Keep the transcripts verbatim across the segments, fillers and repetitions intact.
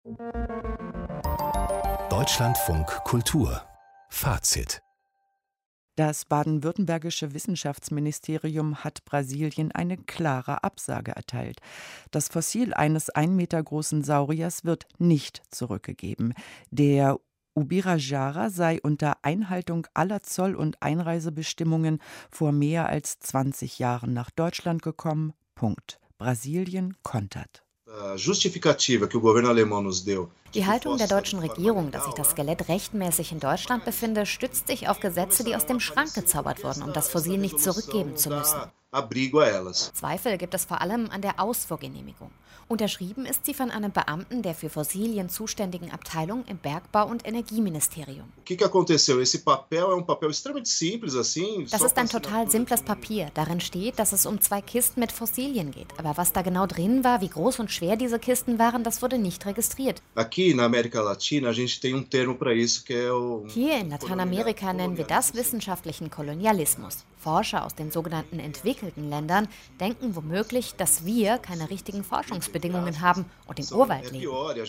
Deutschlandfunk Kultur Fazit. Das baden-württembergische Wissenschaftsministerium hat Brasilien eine klare Absage erteilt. Das Fossil eines ein Meter großen Sauriers wird nicht zurückgegeben. Der Ubirajara sei unter Einhaltung aller Zoll- und Einreisebestimmungen vor mehr als zwanzig Jahren nach Deutschland gekommen. Punkt. Brasilien kontert. Die Haltung der deutschen Regierung, dass sich das Skelett rechtmäßig in Deutschland befinde, stützt sich auf Gesetze, die aus dem Schrank gezaubert wurden, um das Fossil nicht zurückgeben zu müssen. Zweifel gibt es vor allem an der Ausfuhrgenehmigung. Unterschrieben ist sie von einem Beamten der für Fossilien zuständigen Abteilung im Bergbau- und Energieministerium. Das ist ein total simples Papier. Darin steht, dass es um zwei Kisten mit Fossilien geht. Aber was da genau drin war, wie groß und schwer diese Kisten waren, das wurde nicht registriert. Hier in Lateinamerika nennen wir das wissenschaftlichen Kolonialismus. Forscher aus den sogenannten entwickelten Ländern denken womöglich, dass wir keine richtigen Forschungsbedingungen haben und im Urwald leben.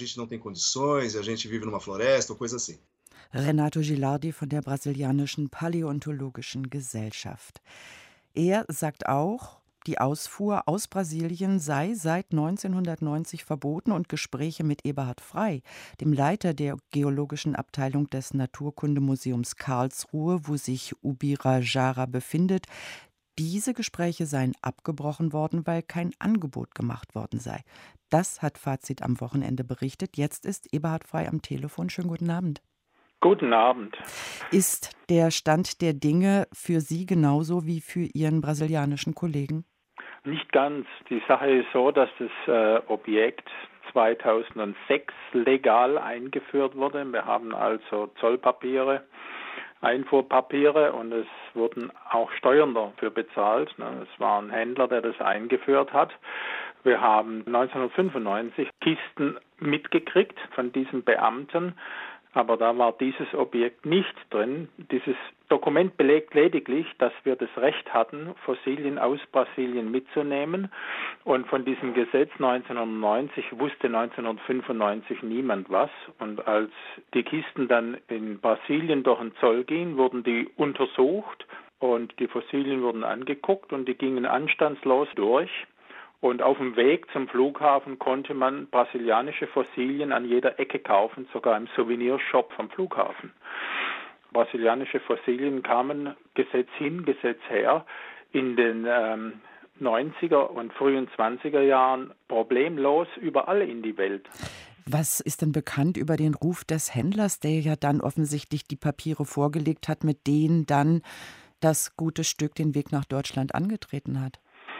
Renato Gilardi von der brasilianischen Paläontologischen Gesellschaft. Er sagt auch, die Ausfuhr aus Brasilien sei seit neunzehnhundertneunzig verboten und Gespräche mit Eberhard Frey, dem Leiter der geologischen Abteilung des Naturkundemuseums Karlsruhe, wo sich Ubirajara befindet, diese Gespräche seien abgebrochen worden, weil kein Angebot gemacht worden sei. Das hat Fazit am Wochenende berichtet. Jetzt ist Eberhard Frey am Telefon. Schönen guten Abend. Guten Abend. Ist der Stand der Dinge für Sie genauso wie für Ihren brasilianischen Kollegen? Nicht ganz. Die Sache ist so, dass das äh, Objekt zweitausendsechs legal eingeführt wurde. Wir haben also Zollpapiere, Einfuhrpapiere und es wurden auch Steuern dafür bezahlt. Es war ein Händler, der das eingeführt hat. Wir haben neunzehnhundertfünfundneunzig Kisten mitgekriegt von diesem Beamten, aber da war dieses Objekt nicht drin. Dieses Dokument belegt lediglich, dass wir das Recht hatten, Fossilien aus Brasilien mitzunehmen. Und von diesem Gesetz neunzehnhundertneunzig wusste neunzehnhundertfünfundneunzig niemand was. Und als die Kisten dann in Brasilien durch den Zoll gingen, wurden die untersucht und die Fossilien wurden angeguckt und die gingen anstandslos durch. Und auf dem Weg zum Flughafen konnte man brasilianische Fossilien an jeder Ecke kaufen, sogar im Souvenirshop vom Flughafen. Brasilianische Fossilien kamen Gesetz hin, Gesetz her in den ähm, neunziger und frühen zwanziger Jahren problemlos überall in die Welt. Was ist denn bekannt über den Ruf des Händlers, der ja dann offensichtlich die Papiere vorgelegt hat, mit denen dann das gute Stück den Weg nach Deutschland angetreten hat?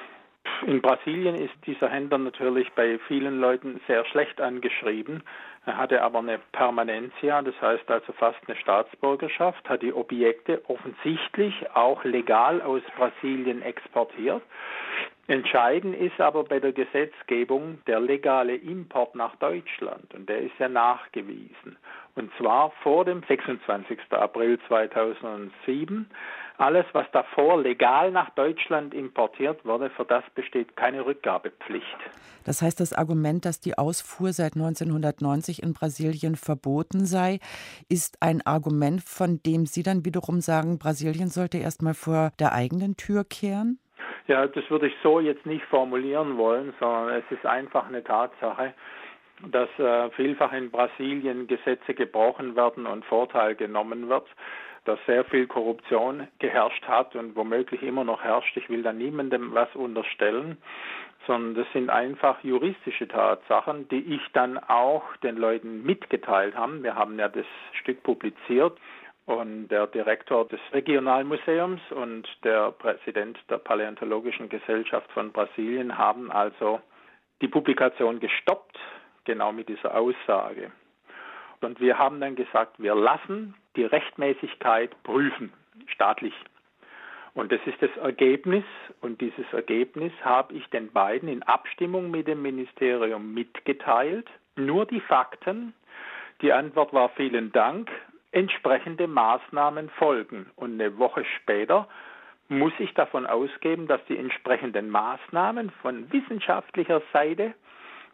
In Brasilien ist dieser Händler natürlich bei vielen Leuten sehr schlecht angeschrieben. Er hatte aber eine Permanentia, das heißt also fast eine Staatsbürgerschaft, hat die Objekte offensichtlich auch legal aus Brasilien exportiert. Entscheidend ist aber bei der Gesetzgebung der legale Import nach Deutschland und der ist ja nachgewiesen. Und zwar vor dem sechsundzwanzigsten April zweitausendsieben. Alles, was davor legal nach Deutschland importiert wurde, für das besteht keine Rückgabepflicht. Das heißt, das Argument, dass die Ausfuhr seit neunzehnhundertneunzig in Brasilien verboten sei, ist ein Argument, von dem Sie dann wiederum sagen, Brasilien sollte erst mal vor der eigenen Tür kehren? Ja, das würde ich so jetzt nicht formulieren wollen, sondern es ist einfach eine Tatsache, dass äh, vielfach in Brasilien Gesetze gebrochen werden und Vorteil genommen wird, dass sehr viel Korruption geherrscht hat und womöglich immer noch herrscht. Ich will da niemandem was unterstellen, sondern das sind einfach juristische Tatsachen, die ich dann auch den Leuten mitgeteilt habe. Wir haben ja das Stück publiziert und der Direktor des Regionalmuseums und der Präsident der Paläontologischen Gesellschaft von Brasilien haben also die Publikation gestoppt, genau mit dieser Aussage. Und wir haben dann gesagt, wir lassen die Rechtmäßigkeit prüfen, staatlich. Und das ist das Ergebnis. Und dieses Ergebnis habe ich den beiden in Abstimmung mit dem Ministerium mitgeteilt. Nur die Fakten. Die Antwort war vielen Dank. Entsprechende Maßnahmen folgen. Und eine Woche später muss ich davon ausgehen, dass die entsprechenden Maßnahmen von wissenschaftlicher Seite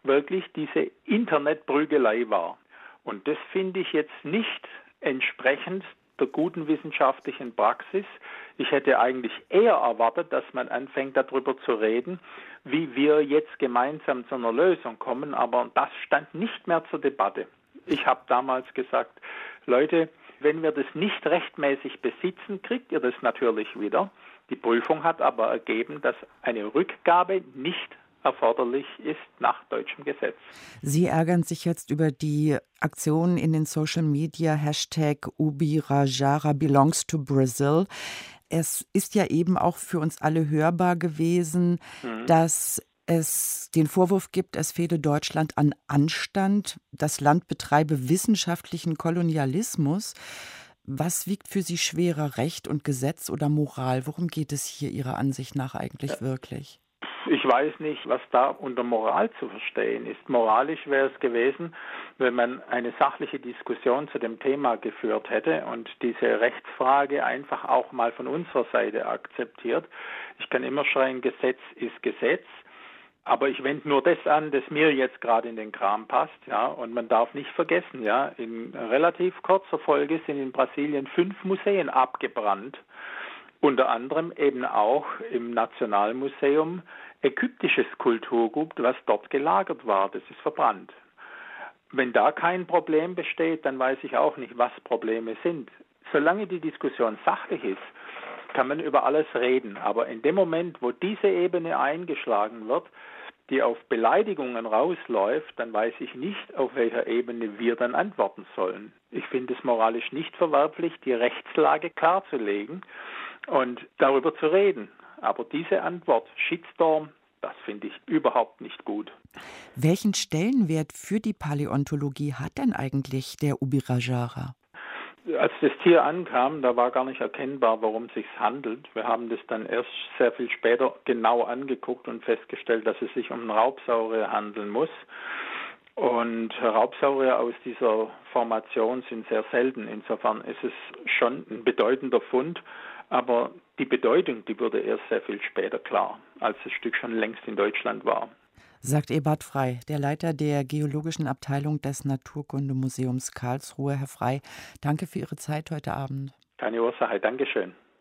wirklich diese Internetprügelei war. Und das finde ich jetzt nicht entsprechend der guten wissenschaftlichen Praxis. Ich hätte eigentlich eher erwartet, dass man anfängt, darüber zu reden, wie wir jetzt gemeinsam zu einer Lösung kommen, aber das stand nicht mehr zur Debatte. Ich habe damals gesagt, Leute, wenn wir das nicht rechtmäßig besitzen, kriegt ihr das natürlich wieder. Die Prüfung hat aber ergeben, dass eine Rückgabe nicht erforderlich ist nach deutschem Gesetz. Sie ärgern sich jetzt über die Aktionen in den Social Media, Hashtag Ubirajara belongs to Brazil. Es ist ja eben auch für uns alle hörbar gewesen, mhm. dass es den Vorwurf gibt, es fehle Deutschland an Anstand. Das Land betreibe wissenschaftlichen Kolonialismus. Was wiegt für Sie schwerer, Recht und Gesetz oder Moral? Worum geht es hier Ihrer Ansicht nach eigentlich ja. wirklich? Ich weiß nicht, was da unter Moral zu verstehen ist. Moralisch wäre es gewesen, wenn man eine sachliche Diskussion zu dem Thema geführt hätte und diese Rechtsfrage einfach auch mal von unserer Seite akzeptiert. Ich kann immer schreien, Gesetz ist Gesetz. Aber ich wende nur das an, das mir jetzt gerade in den Kram passt, ja. Und man darf nicht vergessen, ja, in relativ kurzer Folge sind in Brasilien fünf Museen abgebrannt. Unter anderem eben auch im Nationalmuseum ägyptisches Kulturgut, was dort gelagert war, das ist verbrannt. Wenn da kein Problem besteht, dann weiß ich auch nicht, was Probleme sind. Solange die Diskussion sachlich ist, kann man über alles reden. Aber in dem Moment, wo diese Ebene eingeschlagen wird, die auf Beleidigungen rausläuft, dann weiß ich nicht, auf welcher Ebene wir dann antworten sollen. Ich finde es moralisch nicht verwerflich, die Rechtslage klarzulegen und darüber zu reden. Aber diese Antwort, Shitstorm, das finde ich überhaupt nicht gut. Welchen Stellenwert für die Paläontologie hat denn eigentlich der Ubirajara? Als das Tier ankam, da war gar nicht erkennbar, worum es sich handelt. Wir haben das dann erst sehr viel später genau angeguckt und festgestellt, dass es sich um einen Raubsaurier handeln muss. Und Raubsaurier aus dieser Formation sind sehr selten. Insofern ist es schon ein bedeutender Fund. Aber die Bedeutung, die wurde erst sehr viel später klar, als das Stück schon längst in Deutschland war. Sagt Ebert Frey, der Leiter der geologischen Abteilung des Naturkundemuseums Karlsruhe. Herr Frey, danke für Ihre Zeit heute Abend. Keine Ursache, Dankeschön.